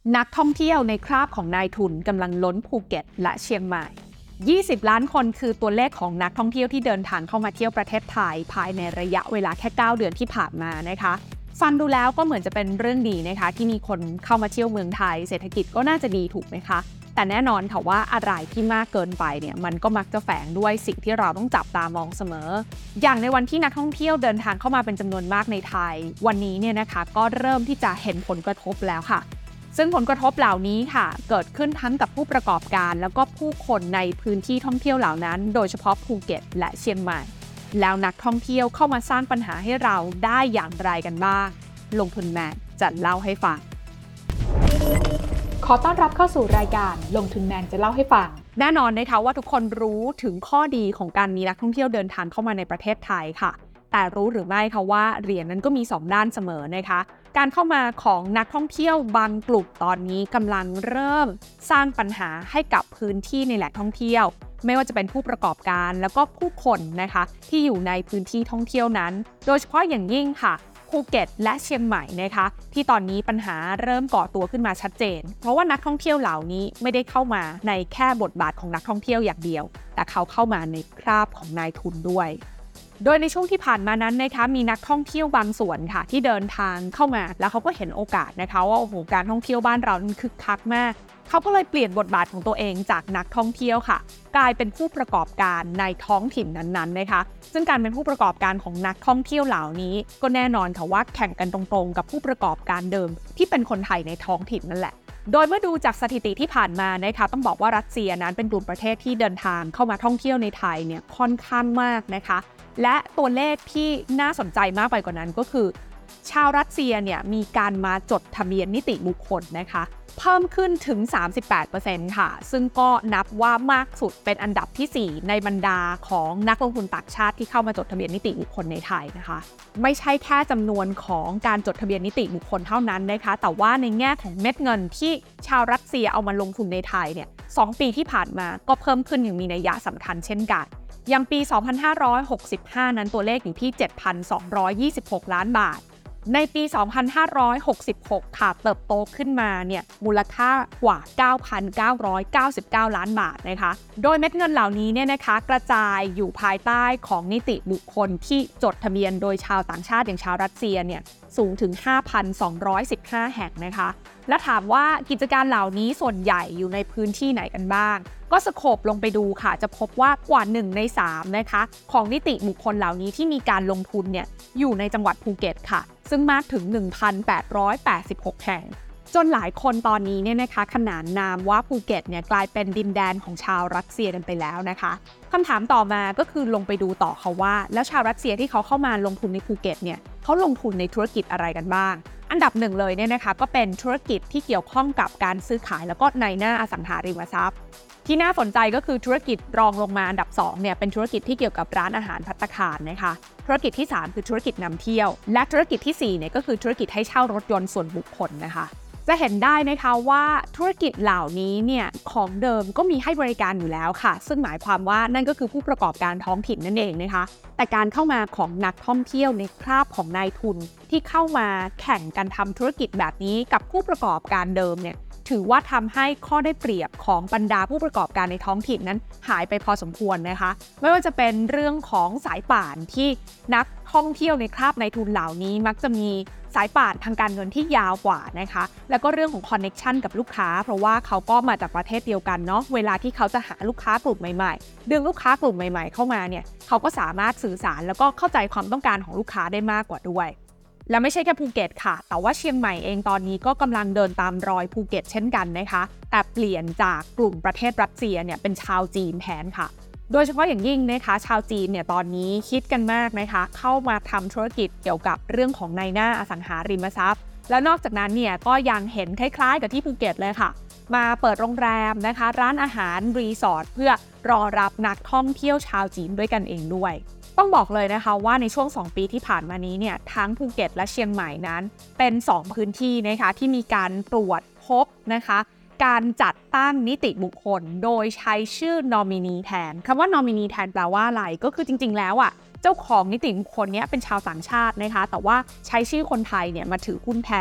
นักท่องเที่ยวในคราบของนายทุนกำลังล้นภูเก็ตและเชียงใหม่20 ล้านคนคือตัวเลขของนักท่องเที่ยวที่เดินทางเข้ามาเที่ยวประเทศไทยภายในระยะเวลาแค่9 เดือนที่ผ่านมานะคะฟังดูแล้วก็เหมือนจะเป็นเรื่องดีนะคะที่มีคนเข้ามาเที่ยวเมืองไทยเศรษฐกิจก็น่าจะดีถูกไหมคะแต่แน่นอนค่ะว่าอะไรที่มากเกินไปเนี่ยมันก็มักจะแฝงด้วยสิ่งที่เราต้องจับตามองเสมออย่างในวันที่นักท่องเที่ยวเดินทางเข้ามาเป็นจำนวนมากในไทยวันนี้เนี่ยนะคะก็เริ่มที่จะเห็นผลกระทบแล้วค่ะซึ่งผลกระทบเหล่านี้ค่ะเกิดขึ้นทั้งกับผู้ประกอบการแล้วก็ผู้คนในพื้นที่ท่องเที่ยวเหล่านั้นโดยเฉพาะภูเก็ตและเชียงใหม่แล้วนักท่องเที่ยวเข้ามาสร้างปัญหาให้เราได้อย่างไรกันบ้างลงทุนแมนจะเล่าให้ฟังขอต้อนรับเข้าสู่รายการลงทุนแมนจะเล่าให้ฟังแน่นอนนะคะว่าทุกคนรู้ถึงข้อดีของการมีนักท่องเที่ยวเดินทางเข้ามาในประเทศไทยค่ะแต่รู้หรือไม่คะว่าเหรียญนั้นก็มี2 ด้านเสมอนะคะการเข้ามาของนักท่องเที่ยวบางกลุ่มตอนนี้กำลังเริ่มสร้างปัญหาให้กับพื้นที่ในแหล่งท่องเที่ยวไม่ว่าจะเป็นผู้ประกอบการแล้วก็ผู้คนนะคะที่อยู่ในพื้นที่ท่องเที่ยวนั้นโดยเฉพาะอย่างยิ่งค่ะภูเก็ตและเชียงใหม่นะคะที่ตอนนี้ปัญหาเริ่มก่อตัวขึ้นมาชัดเจนเพราะว่านักท่องเที่ยวเหล่านี้ไม่ได้เข้ามาในแค่บทบาทของนักท่องเที่ยวอย่างเดียวแต่เขาเข้ามาในคราบของนายทุนด้วยโดยในช่วงที่ผ่านมานั้นนะคะมีนักท่องเที่ยวบางส่วนค่ะที่เดินทางเข้ามาแล้วเขาก็เห็นโอกาสนะคะว่าโอ้โหการท่องเที่ยวบ้านเราคึกคักมากเขาก็เลยเปลี่ยนบทบาทของตัวเองจากนักท่องเที่ยวค่ะกลายเป็นผู้ประกอบการในท้องถิ่นนั้นๆนะคะซึ่งการเป็นผู้ประกอบการของนักท่องเที่ยวเหล่านี้ก็แน่นอนค่ะว่าแข่งกันตรงๆกับผู้ประกอบการเดิมที่เป็นคนไทยในท้องถิ่นนั่นแหละโดยเมื่อดูจากสถิติที่ผ่านมานะคะต้องบอกว่ารัสเซียนั้นเป็นกลุ่มประเทศที่เดินทางเข้ามาท่องเที่ยวในไทยเนี่ยค่อนข้างมากนะคะและตัวเลขที่น่าสนใจมากไปกว่านั้นก็คือชาวรัสเซียเนี่ยมีการมาจดทะเบียนนิติบุคคลนะคะเพิ่มขึ้นถึง 38% ค่ะซึ่งก็นับว่ามากสุดเป็นอันดับที่ 4ในบรรดาของนักลงทุนต่างชาติที่เข้ามาจดทะเบียนนิติบุคคลในไทยนะคะไม่ใช่แค่จำนวนของการจดทะเบียนนิติบุคคลเท่านั้นนะคะแต่ว่าในแง่ของเม็ดเงินที่ชาวรัสเซียเอามาลงทุนในไทยเนี่ย2 ปีที่ผ่านมาก็เพิ่มขึ้นอย่างมีนัยยะสำคัญเช่นกันอย่างปี 2565 นั้นตัวเลขอยู่ที่ 7,226 ล้านบาทในปี 2566 ค่ะเติบโตขึ้นมาเนี่ยมูลค่ากว่า 9,999 ล้านบาทนะคะโดยเม็ดเงินเหล่านี้เนี่ยนะคะกระจายอยู่ภายใต้ของนิติบุคคลที่จดทะเบียนโดยชาวต่างชาติอย่างชาวรัสเซียเนี่ยสูงถึง 5,215 แห่งนะคะและถามว่ากิจการเหล่านี้ส่วนใหญ่อยู่ในพื้นที่ไหนกันบ้างก็สโคปลงไปดูค่ะจะพบว่ากว่า1 ใน 3นะคะของนิติบุคคลเหล่านี้ที่มีการลงทุนเนี่ยอยู่ในจังหวัดภูเก็ตค่ะซึ่งมากถึง 1,886 แห่งจนหลายคนตอนนี้เนี่ยนะคะขนานนามว่าภูเก็ตเนี่ยกลายเป็นดินแดนของชาวรัสเซียกันไปแล้วนะคะคำถามต่อมาก็คือลงไปดูต่อค่ะว่าแล้วชาวรัสเซียที่เขาเข้ามาลงทุนในภูเก็ตเนี่ยเขาลงทุนในธุรกิจอะไรกันบ้างอันดับ1เลยเนี่ยนะคะก็เป็นธุรกิจที่เกี่ยวข้องกับการซื้อขายแล้วก็นายหน้าอสังหาริมทรัพย์ที่น่าสนใจก็คือธุรกิจรองลงมาอันดับ2เนี่ยเป็นธุรกิจที่เกี่ยวกับร้านอาหารภัตตาคารนะคะธุรกิจที่3คือธุรกิจนำเที่ยวและธุรกิจที่4เนี่ยก็คือธุรกิจให้เช่ารถยนต์ส่วนบุคคลนะคะจะเห็นได้นะคะว่าธุรกิจเหล่านี้เนี่ยของเดิมก็มีให้บริการอยู่แล้วค่ะซึ่งหมายความว่านั่นก็คือผู้ประกอบการท้องถิ่นนั่นเองนะคะแต่การเข้ามาของนักท่องเที่ยวในคราบของนายทุนที่เข้ามาแข่งกันทำธุรกิจแบบนี้กับผู้ประกอบการเดิมเนี่ยถือว่าทำให้ข้อได้เปรียบของบรรดาผู้ประกอบการในท้องถิ่นนั้นหายไปพอสมควรนะคะไม่ว่าจะเป็นเรื่องของสายป่านที่นักท่องเที่ยวในคราบนายทุนเหล่านี้มักจะมีสายป่านทางการเงินที่ยาวกว่านะคะแล้วก็เรื่องของคอนเน็กชันกับลูกค้าเพราะว่าเขาก็มาจากประเทศเดียวกันเนาะเวลาที่เขาจะหาลูกค้ากลุ่มใหม่ๆดึงลูกค้ากลุ่มใหม่ๆเข้ามาเนี่ยเขาก็สามารถสื่อสารแล้วก็เข้าใจความต้องการของลูกค้าได้มากกว่าด้วยและไม่ใช่แค่ภูเก็ตค่ะแต่ว่าเชียงใหม่เองตอนนี้ก็กำลังเดินตามรอยภูเก็ตเช่นกันนะคะแต่เปลี่ยนจากกลุ่มประเทศรัสเซียเนี่ยเป็นชาวจีนแทนค่ะโดยเฉพาะอย่างยิ่งนะคะชาวจีนเนี่ยตอนนี้คิดกันมากนะคะเข้ามาทำธุรกิจเกี่ยวกับเรื่องของนายหน้าอสังหาริมทรัพย์แล้วนอกจากนั้นเนี่ยก็ยังเห็นคล้ายๆกับที่ภูเก็ตเลยค่ะมาเปิดโรงแรมนะคะร้านอาหารรีสอร์ทเพื่อรอรับนักท่องเที่ยวชาวจีนด้วยกันเองด้วยต้องบอกเลยนะคะว่าในช่วง2 ปีที่ผ่านมานี้เนี่ยทั้งภูเก็ตและเชียงใหม่นั้นเป็น2 พื้นที่นะคะที่มีการตรวจพบนะคะการจัดตั้งนิติบุคคลโดยใช้ชื่อนอมินีแทนคำว่านอมินีแทนแปลว่าอะไรก็คือจริงๆแล้วเจ้าของนิติบุคคลนี้เป็นชาวต่างชาตินะคะแต่ว่าใช้ชื่อคนไทยเนี่ยมาถือหุ้นแทน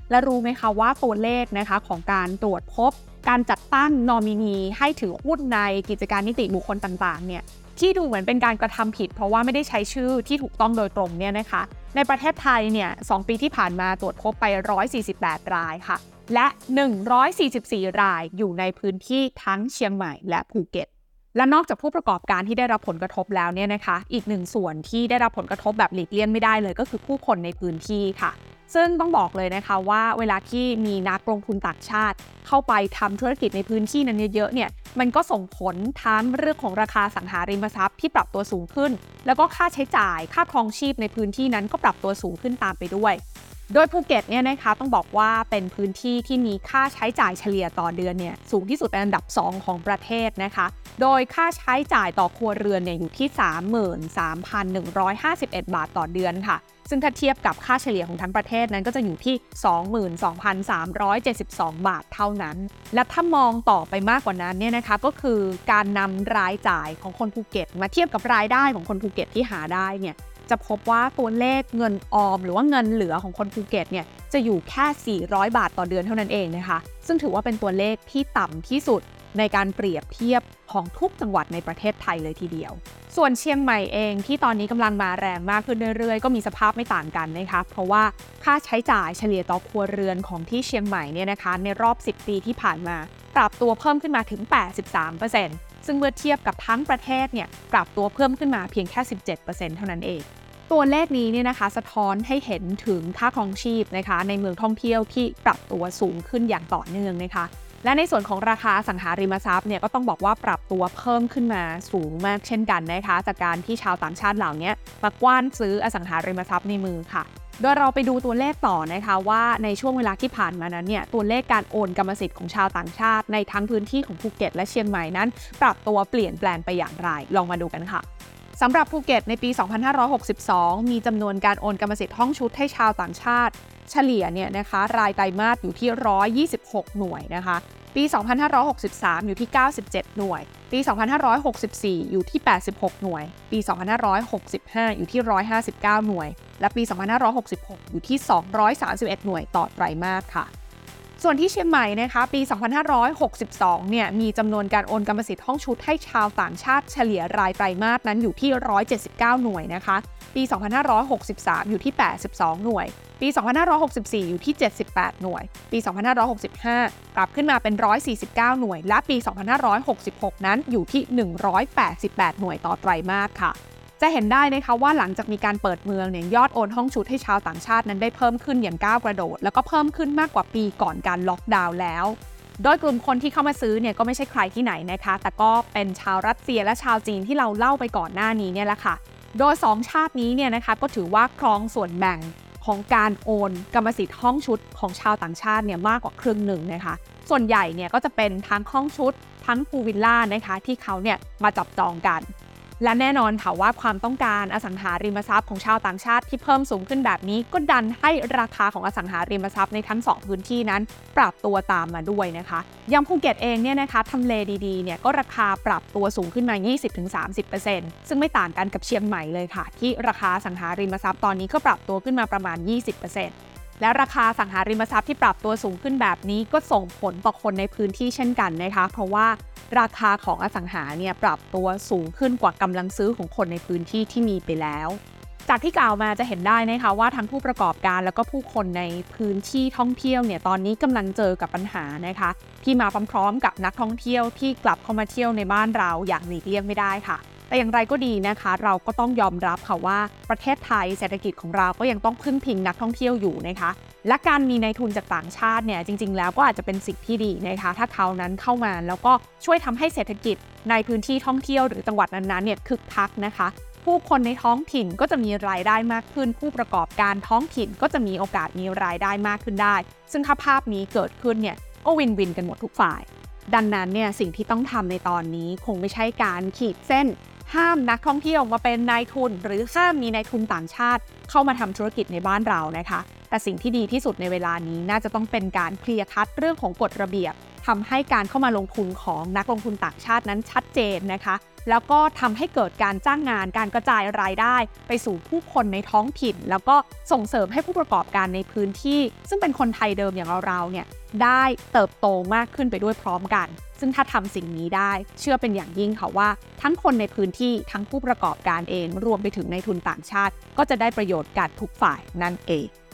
และรู้ไหมคะว่าตัวเลขนะคะของการตรวจพบการจัดตั้งนอมินีให้ถือหุ้นในกิจการนิติบุคคลต่างๆเนี่ยที่ดูเหมือนเป็นการกระทำผิดเพราะว่าไม่ได้ใช้ชื่อที่ถูกต้องโดยตรงเนี่ยนะคะในประเทศไทยเนี่ย2 ปีที่ผ่านมาตรวจพบไป148 รายค่ะและ144 รายอยู่ในพื้นที่ทั้งเชียงใหม่และภูเก็ตและนอกจากผู้ประกอบการที่ได้รับผลกระทบแล้วเนี่ยนะคะอีกหนึ่งส่วนที่ได้รับผลกระทบแบบหลีกเลี่ยงไม่ได้เลยก็คือผู้คนในพื้นที่ค่ะซึ่งต้องบอกเลยนะคะว่าเวลาที่มีนักลงทุนต่างชาติเข้าไปทำธุรกิจในพื้นที่นั้นเยอะๆเนี่ยมันก็ส่งผลทั้งเรื่องของราคาสังหาริมทรัพย์ที่ปรับตัวสูงขึ้นแล้วก็ค่าใช้จ่ายค่าครองชีพในพื้นที่นั้นก็ปรับตัวสูงขึ้นตามไปด้วยโดยภูเก็ตเนี่ยนะคะต้องบอกว่าเป็นพื้นที่ที่มีค่าใช้จ่ายเฉลี่ยต่อเดือนเนี่ยสูงที่สุดเป็นอันดับ2ของประเทศนะคะโดยค่าใช้จ่ายต่อครัวเรือนเนี่ยอยู่ที่ 33,151 บาทต่อเดือนค่ะซึ่งถ้าเทียบกับค่าเฉลี่ยของทั้งประเทศนั้นก็จะอยู่ที่ 22,372 บาทเท่านั้นและถ้ามองต่อไปมากกว่านั้นเนี่ยนะคะก็คือการนำรายจ่ายของคนภูเก็ตมาเทียบกับรายได้ของคนภูเก็ตที่หาได้เนี่ยจะพบว่าตัวเลขเงินออมหรือว่าเงินเหลือของคนภูเก็ตเนี่ยจะอยู่แค่400 บาทต่อเดือนเท่านั้นเองนะคะซึ่งถือว่าเป็นตัวเลขที่ต่ำที่สุดในการเปรียบเทียบของทุกจังหวัดในประเทศไทยเลยทีเดียวส่วนเชียงใหม่เองที่ตอนนี้กำลังมาแรงมากขึ้นเรื่อยๆก็มีสภาพไม่ต่างกันนะคะเพราะว่าค่าใช้จ่ายเฉลี่ยต่อครัวเรือนของที่เชียงใหม่เนี่ยนะคะในรอบ10 ปีที่ผ่านมาปรับตัวเพิ่มขึ้นมาถึง 83%ซึ่งเมื่อเทียบกับทั้งประเทศเนี่ยปรับตัวเพิ่มขึ้นมาเพียงแค่ 17% เท่านั้นเองตัวเลขนี้เนี่ยนะคะสะท้อนให้เห็นถึงค่าครองชีพนะคะในเมืองท่องเที่ยวที่ปรับตัวสูงขึ้นอย่างต่อเนื่องนะคะและในส่วนของราคาอสังหาริมทรัพย์เนี่ยก็ต้องบอกว่าปรับตัวเพิ่มขึ้นมาสูงมากเช่นกันนะคะจากการที่ชาวต่างชาติเหล่านี้มากว้านซื้ออสังหาริมทรัพย์ในมือค่ะโดยเราไปดูตัวเลขต่อนะคะว่าในช่วงเวลาที่ผ่านมานั้นเนี่ยตัวเลขการโอนกรรมสิทธิ์ของชาวต่างชาติในทั้งพื้นที่ของภูเก็ตและเชียงใหม่นั้นปรับตัวเปลี่ยนแปลงไปอย่างไรลองมาดูกันค่ะสำหรับภูเก็ตในปี 2562 มีจำนวนการโอนกรรมสิทธิ์ห้องชุดให้ชาวต่างชาติเฉลี่ยเนี่ยนะคะรายไตรมาสอยู่ที่126 หน่วยนะคะปี 2563 อยู่ที่ 97 หน่วยปี 2564 อยู่ที่ 86 หน่วยปี 2565 อยู่ที่ 159 หน่วยและปี 2566 อยู่ที่ 231 หน่วยต่อไตรมาสค่ะส่วนที่เชียงใหม่นะคะปี 2562 เนี่ยมีจำนวนการโอนกรรมสิทธิ์ห้องชุดให้ชาวต่างชาติเฉลี่ยรายไตรมาสนั้นอยู่ที่ 179 หน่วยนะคะปี 2563 อยู่ที่ 82 หน่วยปี 2564 อยู่ที่ 78 หน่วยปี 2565 ปรับขึ้นมาเป็น 149 หน่วยและปี 2566 นั้นอยู่ที่ 188 หน่วยต่อไตรมาสค่ะจะเห็นได้นะคะว่าหลังจากมีการเปิดเมืองเนี่ยยอดโอนห้องชุดให้ชาวต่างชาตินั้นได้เพิ่มขึ้นอย่างก้าวกระโดดแล้วก็เพิ่มขึ้นมากกว่าปีก่อนการล็อกดาวน์แล้วโดยกลุ่มคนที่เข้ามาซื้อเนี่ยก็ไม่ใช่ใครที่ไหนนะคะแต่ก็เป็นชาวรัสเซียและชาวจีนที่เราเล่าไปก่อนหน้านี้เนี่ยแหละค่ะโดย2ชาตินี้เนี่ยนะคะก็ถือว่าครองส่วนแบ่งของการโอนกรรมสิทธิ์ห้องชุดของชาวต่างชาติเนี่ยมากกว่าครึ่งหนึ่งนะคะส่วนใหญ่เนี่ยก็จะเป็นทั้งห้องชุดทั้งพูลวิลล่านะคะที่เขาเนี่ยมาจับจองกันและแน่นอนค่ะว่าความต้องการอสังหาริมทรัพย์ของชาวต่างชาติที่เพิ่มสูงขึ้นแบบนี้ก็ดันให้ราคาของอสังหาริมทรัพย์ในทั้ง2พื้นที่นั้นปรับตัวตามมาด้วยนะคะอย่างภูเก็ตเองเนี่ยนะคะทำเลดีๆเนี่ยก็ราคาปรับตัวสูงขึ้นมา 20-30% ซึ่งไม่ต่างกันกับเชียงใหม่เลยค่ะที่ราคาอสังหาริมทรัพย์ตอนนี้ก็ปรับตัวขึ้นมาประมาณ 20%และราคาอสังหาริมทรัพย์ที่ปรับตัวสูงขึ้นแบบนี้ก็ส่งผลต่อคนในพื้นที่เช่นกันนะคะเพราะว่าราคาของอสังหาเนี่ยปรับตัวสูงขึ้นกว่ากำลังซื้อของคนในพื้นที่ที่มีไปแล้วจากที่กล่าวมาจะเห็นได้นะคะว่าทั้งผู้ประกอบการแล้วก็ผู้คนในพื้นที่ท่องเที่ยวเนี่ยตอนนี้กำลังเจอกับปัญหานะคะที่มาพร้อมๆกับนักท่องเที่ยวที่กลับเข้ามาเที่ยวในบ้านเราอย่างหลีกเลี่ยงไม่ได้ค่ะแต่อย่างไรก็ดีนะคะเราก็ต้องยอมรับค่ะว่าประเทศไทยเศรษฐกิจของเราก็ยังต้องพึ่งพิงนักท่องเที่ยวอยู่นะคะและการมีนายทุนจากต่างชาติเนี่ยจริงๆแล้วก็อาจจะเป็นสิ่งที่ดีนะคะถ้าเขานั้นเข้ามาแล้วก็ช่วยทำให้เศรษฐกิจในพื้นที่ท่องเที่ยวหรือจังหวัดนั้นๆเนี่ยคึกคักนะคะผู้คนในท้องถิ่นก็จะมีรายได้มากขึ้นผู้ประกอบการท้องถิ่นก็จะมีโอกาสมีรายได้มากขึ้นได้ซึ่งถ้าภาพนี้เกิดขึ้นเนี่ยก็วินวินกันหมดทุกฝ่ายดังนั้นเนี่ยสิ่งที่ต้องทำในตอนนี้คงไม่ใช่การขีดเส้นห้ามนักท่องเที่ยวมาเป็นนายทุนหรือห้ามมีนายทุนต่างชาติเข้ามาทำธุรกิจในบ้านเรานะคะแต่สิ่งที่ดีที่สุดในเวลานี้น่าจะต้องเป็นการเคลียร์คัดเรื่องของกฎระเบียบทำให้การเข้ามาลงทุนของนักลงทุนต่างชาตินั้นชัดเจนนะคะแล้วก็ทำให้เกิดการจ้างงานการกระจายรายได้ไปสู่ผู้คนในท้องถิ่นแล้วก็ส่งเสริมให้ผู้ประกอบการในพื้นที่ซึ่งเป็นคนไทยเดิมอย่างเราเนี่ยได้เติบโตมากขึ้นไปด้วยพร้อมกันซึ่งถ้าทำสิ่งนี้ได้เชื่อเป็นอย่างยิ่งค่ะว่าทั้งคนในพื้นที่ทั้งผู้ประกอบการเองรวมไปถึงในทุนต่างชาติก็จะได้ประโยชน์กันทุกฝ่ายนั่นเอง